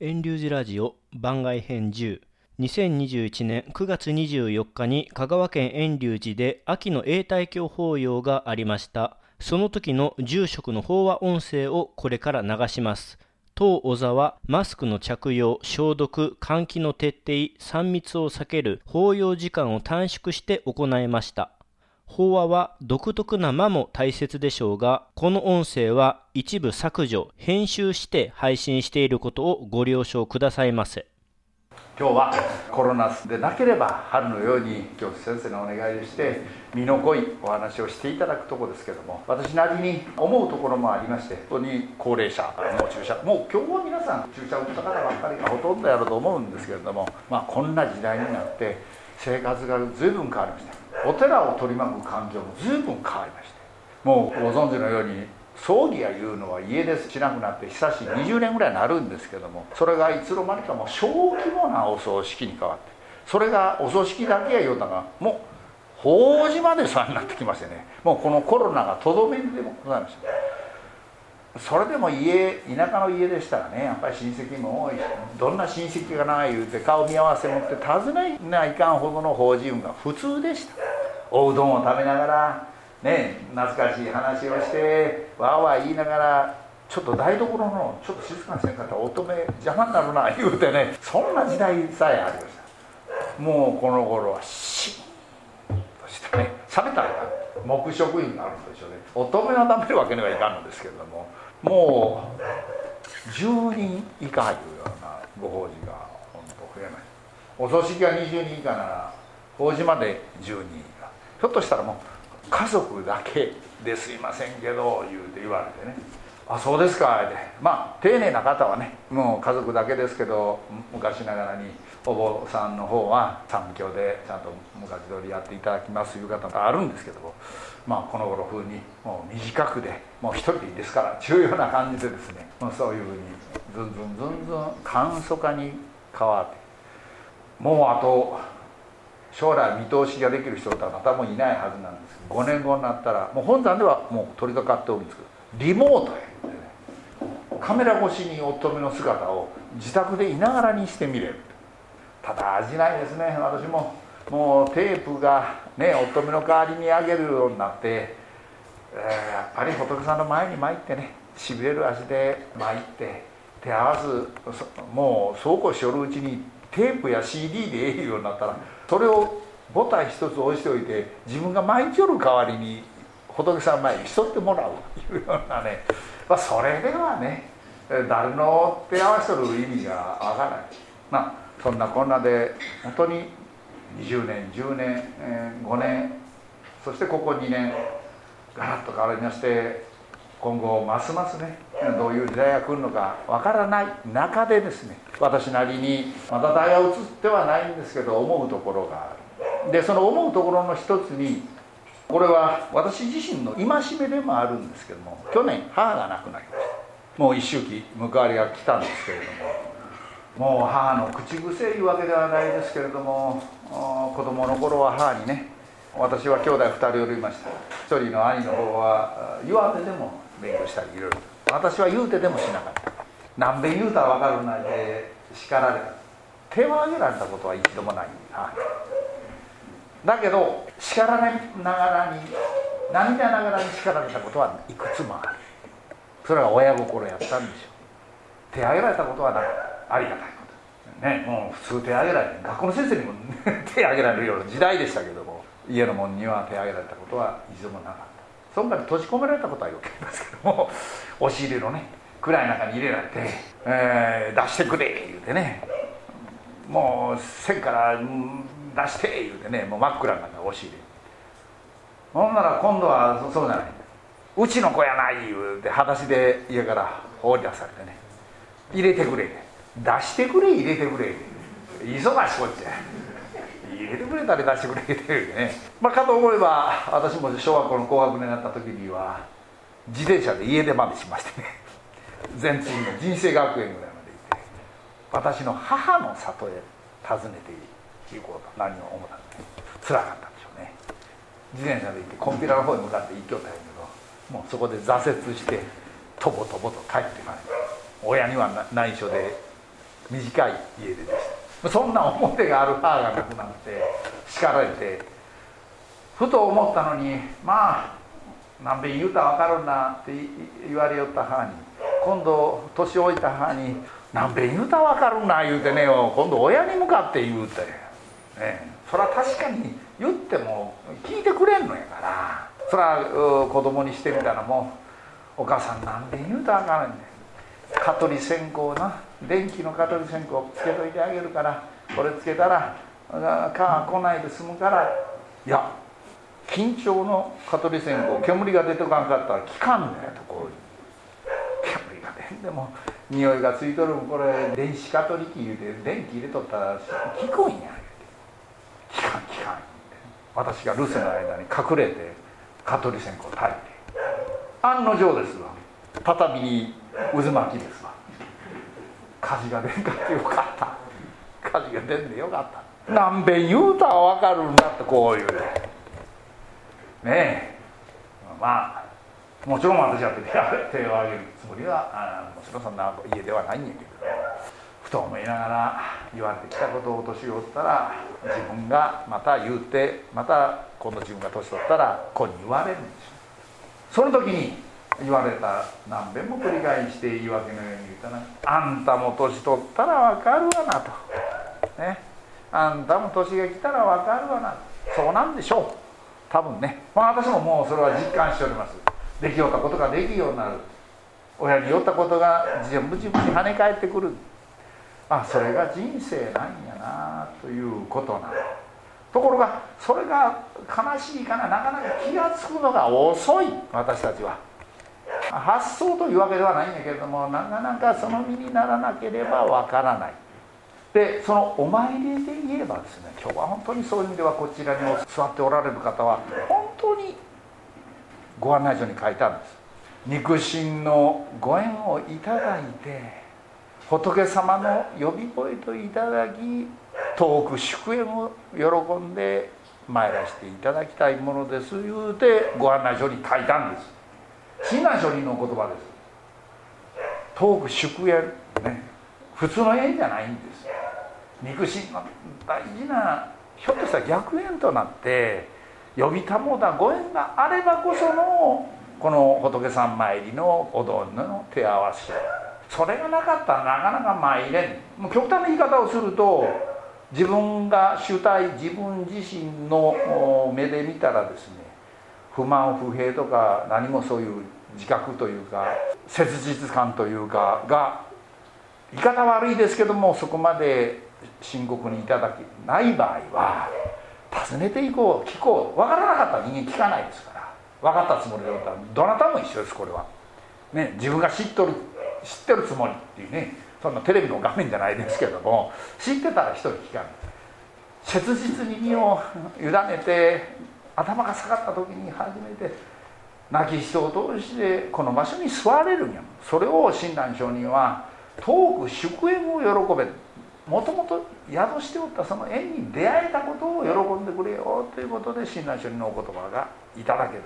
遠隆寺ラジオ番外編10、2021年9月24日に香川県遠隆寺で秋の永代経法要がありました。その時の住職の法話音声をこれから流します。当お座はマスクの着用、消毒、換気の徹底、3密を避ける法要時間を短縮して行いました。法話は独特な間も大切でしょうが、この音声は一部削除、編集して配信していることをご了承くださいませ。 今日はコロナでなければ春のように教師先生にお願いして身の濃いお話をしていただくところですけども、私なりに思うところもありまして、本当に高齢者の注射、もう今日は皆さん注射を打った方ばっかりがほとんどやると思うんですけれども、こんな時代になって生活が随分変わりました。お寺を取り巻く環境も随分変わりまして、もうご存知のように葬儀やいうのは家でしなくなって久しい20年ぐらいになるんですけども、それがいつの間にかもう小規模なお葬式に変わって、それがお葬式だけや言うたがもう法事までそうになってきましてね、もうこのコロナがとどめでもございました。それでも田舎の家でしたらね、やっぱり親戚も多いし、どんな親戚がない言うて顔見合わせ持って訪ねないかんほどの法事運が普通でした。おうどんを食べながらね、懐かしい話をしてわーわー言いながら、ちょっと台所のちょっと静かにせんかったら乙女邪魔になるな言うてね、そんな時代さえありました。もうこの頃はシーンとしてね、冷めたら黙食になると一緒で、乙女は食べるわけにはいかんのですけれども、もう10人以下いうようなご法事が本当増えました。お葬式が20人以下なら法事まで10人以下、ひょっとしたらもう家族だけですいませんけど言われてね、あ、そうですかって、丁寧な方はね、もう家族だけですけど、昔ながらにお坊さんの方は三教でちゃんと昔通りやっていただきますいう方があるんですけども、この頃風にもう短くでもう一人でいいですから重要な感じでですね、もうそういうふうにずんずん簡素化に変わって、もうあと将来見通しができる人って方もいないはずなんですけど、5年後になったらもう本山ではもう取り掛かっておるんですけど、リモートへカメラ越しに乙女の姿を自宅でいながらにして見れる。ただ味ないですね。私ももうテープがね、乙女の代わりにあげるようになって、やっぱり仏さんの前に参ってね、しびれる足で参って手合わす、もうそうこうしよるうちにテープや CD でええようになったら、それをボタン一つ押しておいて自分が参っちょる代わりに仏さん前にしとってもらうというようなね、それではね、誰の手合わせとる意味がわからない。そんなこんなで本当に20年10年、5年、そしてここ2年ガラッと変わりまして、今後ますますね、どういう時代が来るのかわからない中でですね、私なりにまだ代が移ってはないんですけど思うところがある。でその思うところの一つに、これは私自身の戒めでもあるんですけども、去年母が亡くなりました。もう一周期迎わりが来たんですけれども、もう母の口癖いうわけではないですけれども、子供の頃は母にね、私は兄弟2人おりました。一人の兄の方は言わんでも勉強したりいろいろ、私は言うてでもしなかった。何遍言うたら分かるないで叱られた。手を挙げられたことは一度もない。だけど叱られながらに、涙ながらに叱られたことはいくつもある。それは親心やったんでしょう。手を挙げられたことはなかった。ありがたいことね。もう普通手を挙げられない、学校の先生にも手を挙げられるような時代でしたけども、家の門には手を挙げられたことは一度もなかった。その中に閉じ込められたことはよくありますけども、押し入れのね暗い中に入れられて、出してくれ言うてね、もう線から出して言うてね、もう真っ暗な中押し入れ、ほんなら今度はそうじゃない、うちの子やない言うて裸足で家から放り出されてね、入れてくれ、出してくれ入れてくれ、忙しこっちゃ入れてくれたり出してくれっていうね。かと思えば私も小学校の高学年になった時には自転車で家出までしましてね、全通の人生学園ぐらいまで行って、私の母の里へ訪ねて行こうと何を思ったんで、辛かったんでしょうね。自転車で行ってコンピラの方に向かって行きよったんやけど、もうそこで挫折してとぼとぼと帰ってまいり、親には内緒で短い家出でした。そんな思い出がある母が亡くなって叱られて、ふと思ったのに、まあ何べん言うたら分かるなって言われよった母に、今度年老いた母に何べん言うたら分かるな言うてね、今度親に向かって言うて、ね、それは確かに言っても聞いてくれんのやから、それは子供にしてみたらもう、お母さん何べん言うたら分からんねん、蚊取り線香な、電気の蚊取り線香つけといてあげるから、これつけたら蚊が来ないで済むから。いや、緊張の蚊取り線香、煙が出てこなかったら効かんねんと、こういう煙が出んでも匂いがついとるもん、これ電子蚊取り器言うて電気入れとったら効くんや、効かん効かんって、私が留守の間に隠れて蚊取り線香焚いて、案の定ですわ、畳に渦巻きですわ。火事が出んかってよかった、火事が出んでよかった、何べん言うたら分かるんだって、こういうねえ、まあもちろん私は手を挙げるつもりはもちろんそんな家ではないんやけど、ふと思いながら言われてきたことを年を取ったら自分がまた言うて、また今度自分が年取ったら子に言われるんですよ。その時に言われた、何遍も繰り返して言い訳のように言ったら、あんたも年取ったら分かるわなと、ね、あんたも年が来たら分かるわな、そうなんでしょう多分ね。まあ私ももうそれは実感しております。できよったことができるようになる、親に言ったことが全部自分に跳ね返ってくる、あ、それが人生なんやなということなの。ところがそれが悲しいかな、なかなか気が付くのが遅い、私たちは。発想というわけではないんだけれども、なかなかその身にならなければわからない。でそのお参りで言えばですね、今日は本当にそういう意味ではこちらに座っておられる方は本当にご案内書に書いてあるんです。肉親のご縁をいただいて、仏様の呼び声といただき、遠く祝宴を喜んで参らせていただきたいものです言うてご案内書に書いたんです。親鸞上人の言葉です。遠く祝宴ね、普通の縁じゃないんです。肉親の大事な、ひょっとしたら逆縁となって呼びたもだご縁があればこそのこの仏さん参りのお堂の手合わせ、それがなかったらなかなか参れん。もう極端な言い方をすると、自分が主体、自分自身の目で見たらですね、不満不平とか何もそういう自覚というか切実感というかが、言い方悪いですけども、そこまで深刻にいただけない場合は、尋ねていこう、聞こう。分からなかったら人間聞かないですから、分かったつもりでおったらどなたも一緒です。これはね、自分が知ってるつもりっていうね、そんなテレビの画面じゃないですけども、知ってたら一人聞かない。切実に身を委ねて頭が下がった時に初めて亡き人を通してこの場所に座れるんや。それを親鸞上人は遠く祝宴を喜べ、もともと宿しておったその縁に出会えたことを喜んでくれよということで親鸞上人のお言葉がいただけるんです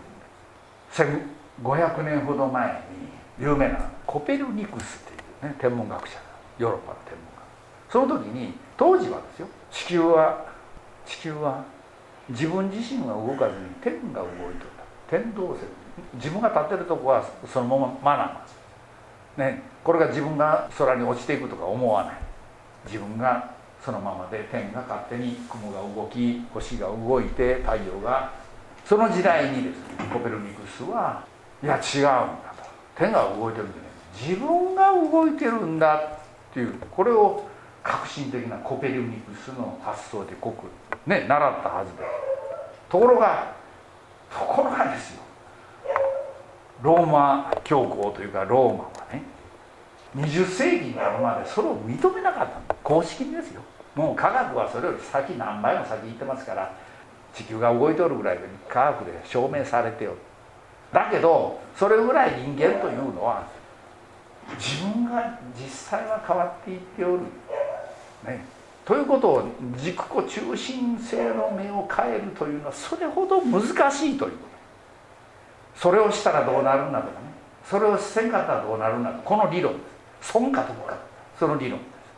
。1500年ほど前に有名なコペルニクスという、ね、天文学者、ヨーロッパの天文学、その時に当時はですよ、地球は自分自身が動かずに天が動いておった。天動説、自分が立ってるとこはそのままなんですね。これが自分が空に落ちていくとか思わない。自分がそのままで、天が勝手に雲が動き、星が動いて、太陽が、その時代にですね、コペルニクスはいや違うんだと、天が動いてるんじゃない、自分が動いてるんだっていう、これを革新的なコペルニクスの発想で濃くね習ったはずです。ところがですよ、ローマ教皇というかローマはね、20世紀になるまでそれを認めなかったの。公式にですよ。もう科学はそれより先、何倍も先行ってますから、地球が動いておるぐらい科学で証明されておる。だけどそれぐらい人間というのは自分が実際は変わっていっておる、ね、ということを自己中心性の目を変えるというのはそれほど難しいということ。それをしたらどうなるんだとかね、それをせんかったらどうなるんだと、この理論です。損か得か、その理論です。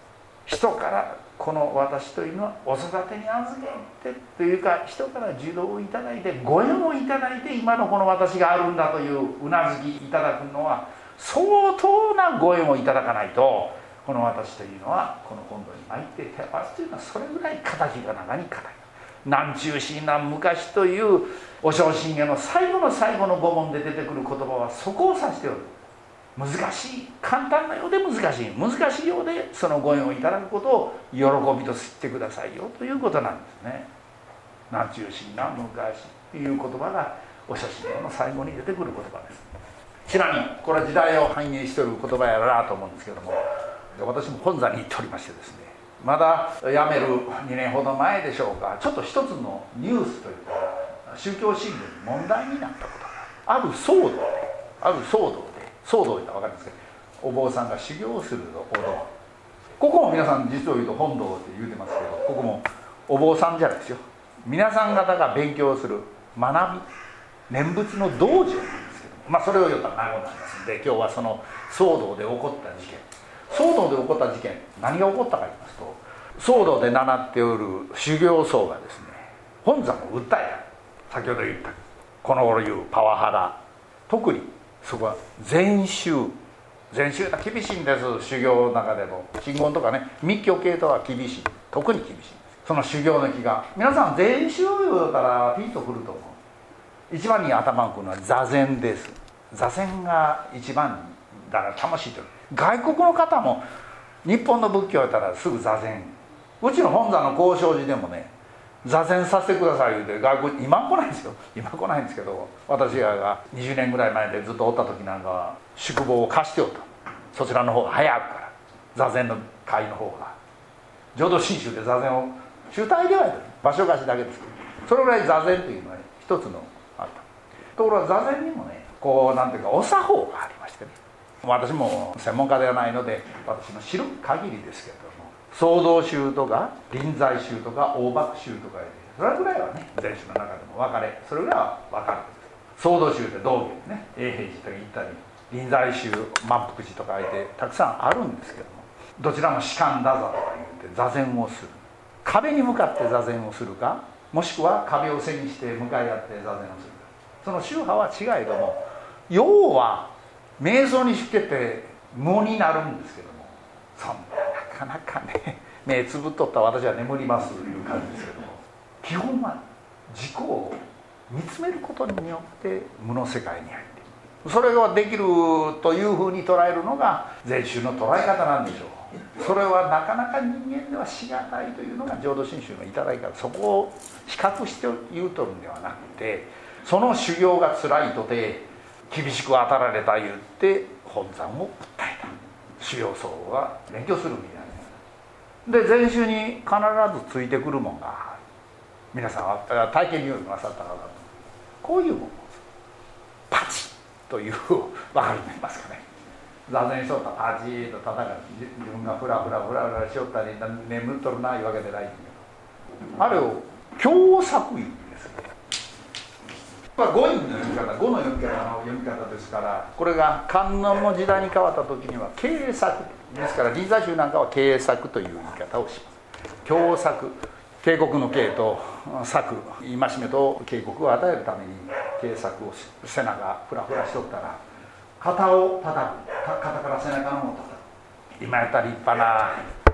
人からこの私というのはお育てに預けてというか、人から受動をいただいてご縁をいただいて今のこの私があるんだといううなずきいただくのは、相当なご縁をいただかないとこの私というのはこの本土に入って手合わすというのは、それぐらい形が中に硬い。南中心南昔というお正信玄の最後の最後の5問で出てくる言葉はそこを指しておる。難しい、簡単なようで難しい、難しいようでそのご縁をいただくことを喜びと知ってくださいよということなんですね。南中心南昔という言葉がお正信玄の最後に出てくる言葉です。ちなみにこれは時代を反映している言葉やなと思うんですけども、私も本山に行っておりましてですね、まだ辞める2年ほど前でしょうか、ちょっと一つのニュースというか宗教新聞に問題になったことがある騒動で、騒動って分かりますか。お坊さんが修行するお堂、ここも皆さん実を言うと本堂って言うてますけど、ここもお坊さんじゃないですよ。皆さん方が勉強する学び念仏の道場なんですけど、それを言ったら名護なんですんで、今日はその騒動で起こった事件、騒動で起こった事件、何が起こったかと言いますと、騒動で習っておる修行僧がですね、本山を訴えた。先ほど言ったこの頃言うパワハラ、特にそこは禅宗は厳しいんです。修行の中でも真言とかね、密教系とは厳しい、特に厳しいんです。その修行の気が、皆さん禅宗言うたらピンとくると思う。一番に頭にくるのは座禅です。座禅が一番だから楽しいという。外国の方も日本の仏教やったらすぐ座禅、うちの本山の高尚寺でもね、座禅させてください言うて、外国今来ないんですよ、今来ないんですけど、私らが20年ぐらい前でずっとおった時なんかは宿坊を貸しておった。そちらの方が早くから座禅の会の方が浄土真宗で座禅を主体ではやってる、場所貸しだけですけど、それぐらい座禅というのは一つのあった。ところが座禅にもね、こうなんていうかお作法がありましてね、私も専門家ではないので私の知る限りですけれども、創造宗とか臨済宗とか大幕宗とかで、それぐらいはね禅宗の中でも分かれ、それぐらいは分かるんです。創造宗って道元ね、永平寺とか言ったり、臨済宗満腹寺とか言ってたくさんあるんですけども、どちらも士官打座とか言って座禅をする。壁に向かって座禅をするか、もしくは壁を背にして向かい合って座禅をするか、その宗派は違えども、要は瞑想にしてて無になるんですけども、そんななかなかね、目つぶっとった私は眠りますという感じですけども、基本は自己を見つめることによって無の世界に入っている。それができるというふうに捉えるのが禅宗の捉え方なんでしょう。それはなかなか人間ではしがたいというのが浄土真宗の頂き方。そこを比較して言うとるんではなくて、その修行がつらいとて厳しく当たられた言って本山を訴えた。修行僧は勉強するみたいな。で禅宗に必ずついてくるもんが、皆さんは体験入門なさった方だと、こういうもん、パチッという分かりますかね。座禅しとったらパチッと叩かれて、自分がフラフラしよったり眠っとるないうわけでないんだけど、あれを教作言うんですよ。五印の読み方、五の読み方ですから、これが観音の時代に変わった時には経作ですから、臨済宗なんかは経作という言い方をします。教作、警告の刑と策、戒めと警告を与えるために警策を背中フラフラしとったら、肩を叩く、肩から背中の方を叩く。今やったら立派な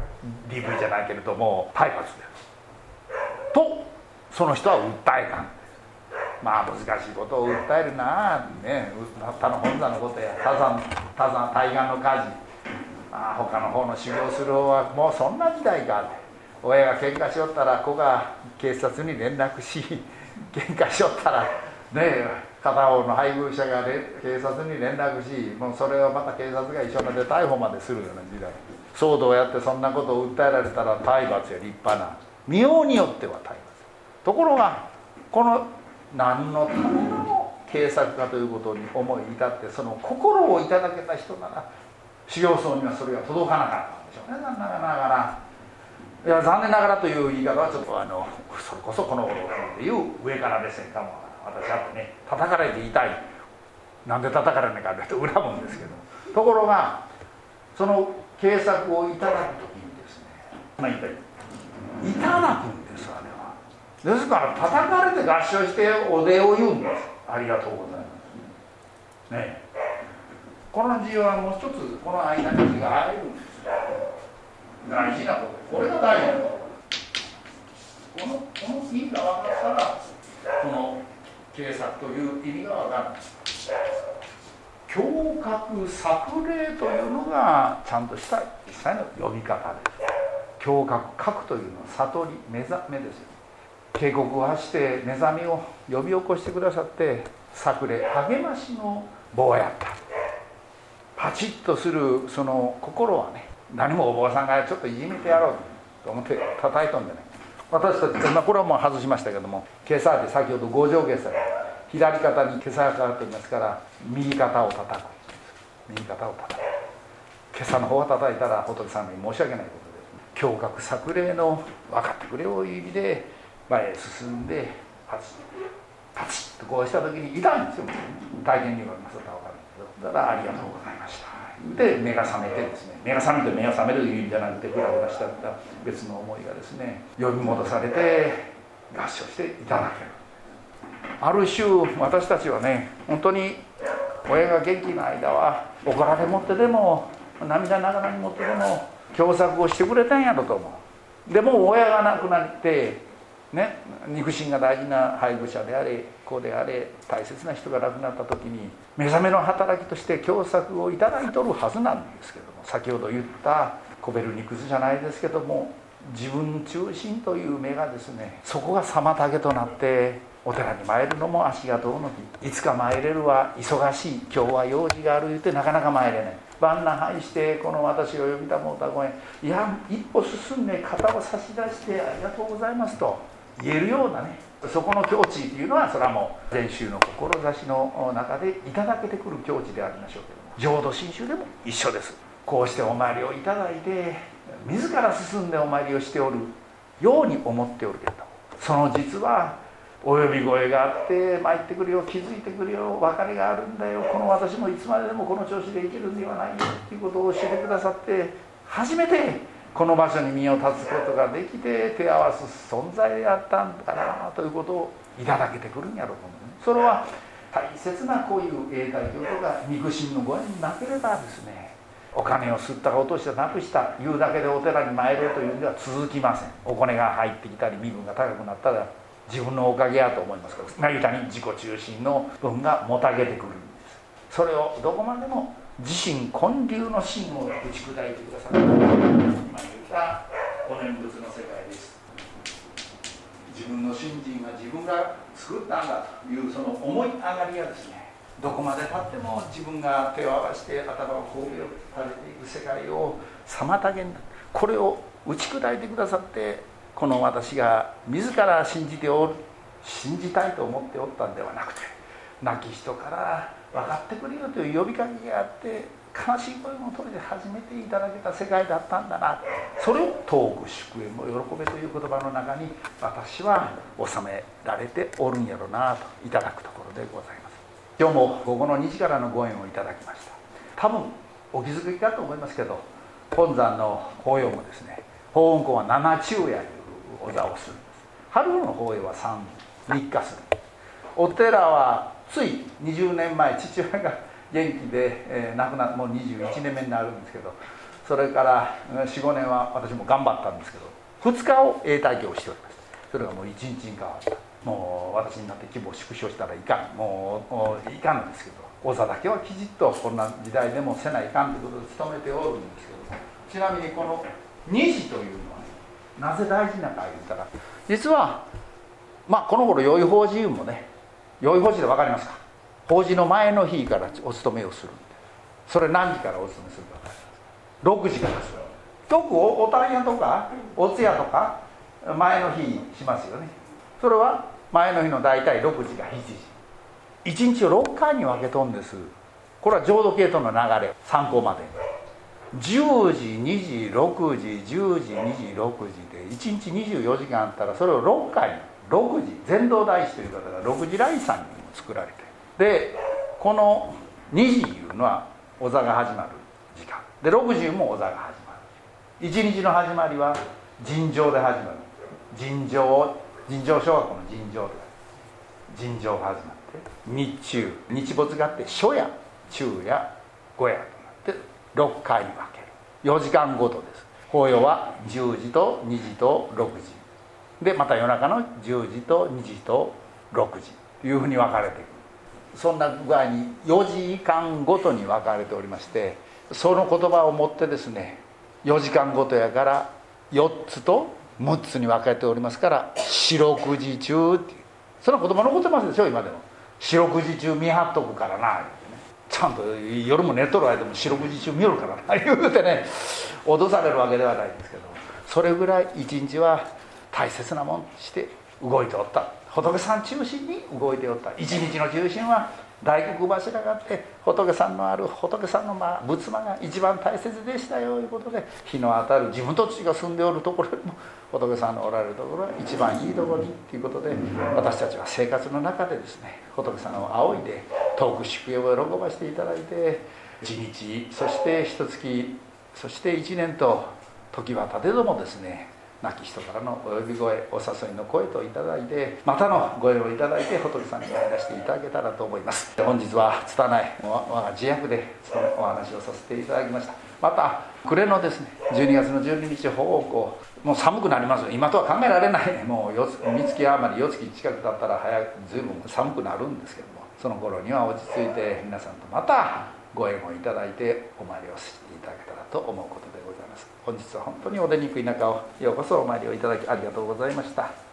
DV じゃないけれども体罰でと、その人は訴えたんです。難しいことを訴えるなね、他の本山のことや対岸の火事、他の方の修行する方はもうそんな時代があって、親が喧嘩しよったら子が警察に連絡し、喧嘩しよったらね、片方の配偶者が警察に連絡し、もうそれをまた警察が一緒になって逮捕までするような時代。騒動をやってそんなことを訴えられたら体罰や立派な、見ようによっては体罰。ところがこの何のための警察かということに思い至って、その心をいただけた人なら修行僧にはそれが届かなかったんでしょうね。残念ながら、いや残念ながらという言い方はちょっとそれこそこの頃でいう上から目線かも。私はね、叩かれて痛い、なんで叩かれないかって恨むんですけど、ところがその警策をいただく時にですね、 まあいいかいいただくんです、あれは。ですから叩かれて合唱してお礼を言うんです。ありがとうございますね。この字はもう一つ、この間に字が入るんです。大事なこと、これが大事なこと。この意味が分かったら、この警察という意味が分かるんです。教覚作令というのがちゃんとした実際の呼び方です。教覚、覚というのは悟り、目覚めですよ。警告を発して目覚めを呼び起こしてくださって、作令、励ましの棒をやった。パチッとするその心はね、何もお坊さんがちょっといじめてやろうと思って叩いとんでね。私たち、これはもう外しましたけども、今朝で先ほど五条今朝、左肩に今朝がかかっていますから、右肩を叩く。右肩を叩く。今朝の方を叩いたら仏さんに申し訳ないことです。教覚作令の分かってくれよいう意味で前へ進んでパチッパチッとこうした時に痛いんですよ。体験にはなさったら分かるんですけど、だからありがとうございましたで目が覚めてですね、目が覚めて目が覚めるという意味じゃなくてフラフラした別の思いがですね呼び戻されて合唱していただける。ある種私たちはね、本当に親が元気な間は怒られもってでも涙ながらにもってでも共作をしてくれたんやろと思う。でも親が亡くなってね、肉親が大事な配偶者であれ子であれ大切な人が亡くなった時に目覚めの働きとして共作をいただいとるはずなんですけども、先ほど言ったコベルニクスじゃないですけども、自分中心という目がですね、そこが妨げとなってお寺に参るのも足が遠のき、いつか参れるは忙しい、今日は用事がある言ってなかなか参れない。万難排してこの私を呼びたもうたご縁、いや一歩進んで肩を差し出してありがとうございますと言えるようなね、そこの境地っていうのはそれはもう禅宗の志の中でいただけてくる境地でありましょうけども、浄土真宗でも一緒です。こうしてお参りをいただいて自ら進んでお参りをしておるように思っておるけれども、その実はお呼び声があって参ってくるよ、気づいてくるよ、別れがあるんだよ、この私もいつまででもこの調子で生きるんではないよっていうことを教えてくださって、初めてこの場所に身を立つことができて手合わす存在であったんだなということをいただけてくるんやろうと思う。それは大切なこういう永代教とか肉親のご縁なければですね、お金を吸ったか落としたなくした言うだけでお寺に参ろうというんでは続きません。お金が入ってきたり身分が高くなったら自分のおかげやと思いますから、何かに自己中心の分がもたげてくるんです。それをどこまでも自身建立の心を打ち砕いてくださる今言ったお念仏の世界です。自分の信心は自分が作ったんだというその思い上がりがですね、どこまでたっても自分が手を合わせて頭を神戸を垂れていく世界を妨げんだ、これを打ち砕いてくださって、この私が自ら信じたいと思っておったんではなくて、亡き人から分かってくれよという呼びかけがあって、悲しい声も取りで初めていただけた世界だったんだな、それを遠く祝宴も喜べという言葉の中に私は収められておるんやろなといただくところでございます。今日も午後の2時からのご縁をいただきました。多分お気づきかと思いますけど、本山の法要もですね、法雲公は七昼夜お座をするんです。春の法要は3日する。お寺はつい20年前父親が元気で、亡くなってもう21年目になるんですけど、それから4、5年は私も頑張ったんですけど、2日を永代経をしております。それがもう1日に変わった。もう私になって規模を縮小したらいかん、もういかんのですけど、お座だけはきちっとこんな時代でもせないかんということで努めておるんですけども、ちなみにこの2時というのは、なぜ大事なか言ったら、実はこの頃宵法事もね、宵法事で分かりますか、法事の前の日からお勤めをするんで、それ何時からお勤めするか分かります？6時からですよ。よくおたんやとかお通夜とか前の日しますよね。それは前の日の大体6時か7時、1日を6回に分けとんです。これは浄土系統の流れ参考まで10時2時6時10時2時6時で1日24時間あったら、それを6回に6時、禅道大師という方が6時来参に作られて、でこの2時いうのはお座が始まる時間で、6時もお座が始まる。1日の始まりは尋常で始まる。尋常小学校の尋常で尋常が始まって日中、日没があって初夜、中夜、午夜となって6回に分ける。4時間ごとです。法要は10時と2時と6時で、また夜中の10時と2時と6時というふうに分かれていく。そんな具合に4時間ごとに分かれておりまして、その言葉をもってですね、4時間ごとやから4つと6つに分かれておりますから、四六時中っていう、その言葉残ってますでしょ。今でも四六時中見張っとくからな、ちゃんと夜も寝とる間も四六時中見よるからな言うてね、脅されるわけではないんですけど、それぐらい一日は大切なもんして動いておった。仏さん中心に動いておった。一日の中心は大黒柱があって、仏さんのある仏さんの仏間が一番大切でしたよということで、日の当たる自分たちが住んでおるところよりも仏さんのおられるところは一番いいところにということで、私たちは生活の中でですね、仏さんを仰いで遠く祝福を喜ばせていただいて、一日、そして一月、そして一年と時は経てどもですね、亡き人からのお呼び声、お誘いの声といただいて、またのご縁をいただいて仏さんに会い出していただけたらと思います。本日は拙い我が自虐でそのお話をさせていただきました。また暮れのですね、12月の12日方向、もう寒くなりますよ。今とは考えられない、もう三月余り4月近く経ったら早く随分寒くなるんですけども、その頃には落ち着いて皆さんとまたご縁をいただいてお参りをしていただけたらと思うことでございます。本日は本当にお出にくい中をようこそお参りをいただきありがとうございました。